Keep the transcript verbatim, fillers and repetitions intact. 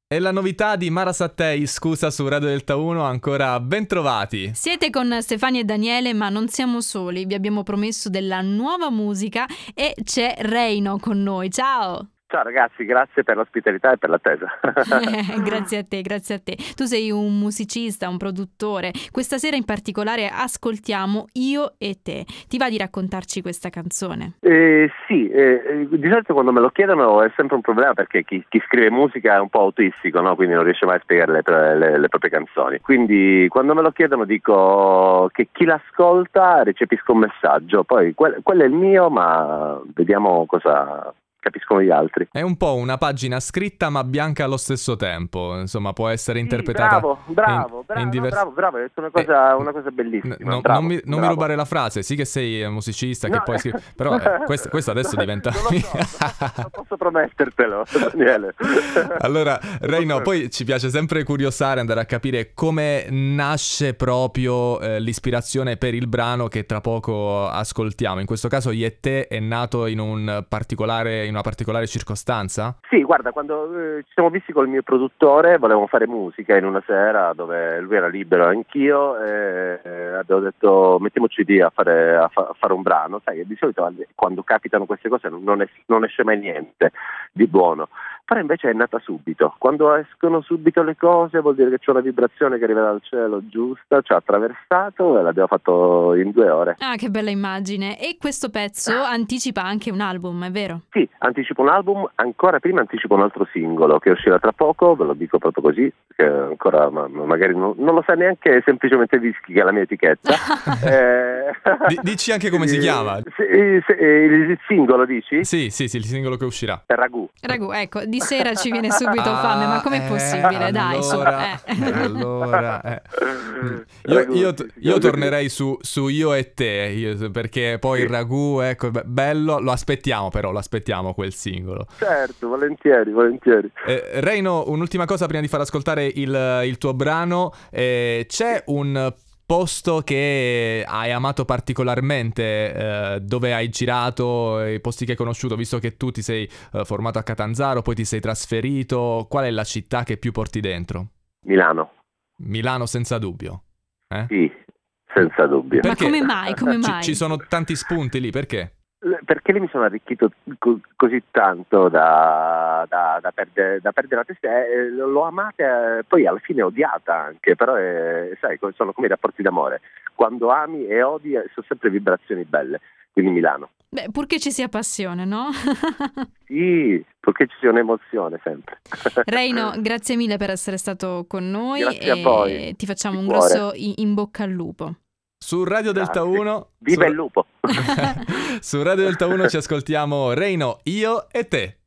E la novità di Mara Sattei, scusa, su Radio Delta uno, ancora ben trovati. Siete con Stefania e Daniele, ma non siamo soli, vi abbiamo promesso della nuova musica e c'è Reino con noi, ciao! Ciao ragazzi, grazie per l'ospitalità e per l'attesa. Grazie a te, grazie a te. Tu sei un musicista, un produttore. Questa sera in particolare ascoltiamo Io e te. Ti va di raccontarci questa canzone? Eh, sì, eh, di solito quando me lo chiedono è sempre un problema perché chi, chi scrive musica è un po' autistico, no? Quindi non riesce mai a spiegare le, le, le proprie canzoni. Quindi quando me lo chiedono dico che chi l'ascolta recepisca un messaggio. Poi quel, quello è il mio, ma vediamo cosa capiscono gli altri. È un po' una pagina scritta ma bianca allo stesso tempo, insomma può essere Sì, interpretata bravo, bravo, in, bravo, in no, diversi... bravo, bravo, hai detto una cosa, eh, una cosa bellissima. No, bravo, non mi, non bravo. mi rubare la frase, sì che sei musicista, No. che poi scrivi, però eh, questo, questo adesso No, diventa... non lo so, non posso, non posso promettertelo, Daniele. Allora, Reino, poi ci piace sempre curiosare, andare a capire come nasce proprio eh, l'ispirazione per il brano che tra poco ascoltiamo. In questo caso Io e te è nato in un particolare, in una particolare circostanza? Sì, guarda, quando eh, ci siamo visti col mio produttore, volevamo fare musica in una sera dove lui era libero, anch'io, e eh, abbiamo detto mettiamoci lì a fare, a, fa- a fare un brano. Sai, di solito quando capitano queste cose non, es- non esce mai niente di buono. Però invece è nata subito. Quando escono subito le cose vuol dire che c'è una vibrazione che arriva dal cielo giusta, ci ha attraversato e l'abbiamo fatto in due ore. Ah, che bella immagine. E questo pezzo anticipa anche un album, è vero? Sì, anticipo un album, ancora prima anticipo un altro singolo che uscirà tra poco, ve lo dico proprio così, che ancora ma, magari non, non lo sa neanche semplicemente Whisky, che è la mia etichetta. eh... D- dici anche come si chiama? Se, se, il singolo dici? Sì, sì, sì, il singolo che uscirà. È Ragù. Ragù, ecco, di sera ci viene subito Ah, fame, ma com'è eh, possibile? Dai, su. allora, Eh. allora, eh. Io, io, io tornerei su, su Io e te, io, perché poi il Ragù, ecco, be- bello, lo aspettiamo però, lo aspettiamo quel singolo. Certo, volentieri, volentieri. Eh, Reino, un'ultima cosa prima di far ascoltare il, il tuo brano, eh, c'è un posto che hai amato particolarmente, eh, dove hai girato, i posti che hai conosciuto, visto che tu ti sei eh, formato a Catanzaro, poi ti sei trasferito, qual è la città che più porti dentro? Milano. Milano senza dubbio. Eh? Sì, senza dubbio. Ma Perché? come mai? Come Ci, mai? ci sono tanti spunti lì, perché? Perché lì mi sono arricchito co- così tanto da, da, da, perdere, da perdere la testa, eh, l'ho amata, eh, poi alla fine odiata anche, però eh, sai, sono come i rapporti d'amore, quando ami e odi eh, sono sempre vibrazioni belle, quindi Milano. Beh, purché ci sia passione, no? Sì, perché ci sia un'emozione sempre. Reino, grazie mille per essere stato con noi. Grazie e a voi, ti facciamo di un cuore. grosso in, in bocca al lupo. Su Radio Delta Grazie. uno... Viva su... il lupo! Su Radio Delta uno ci ascoltiamo Reino, Io e te.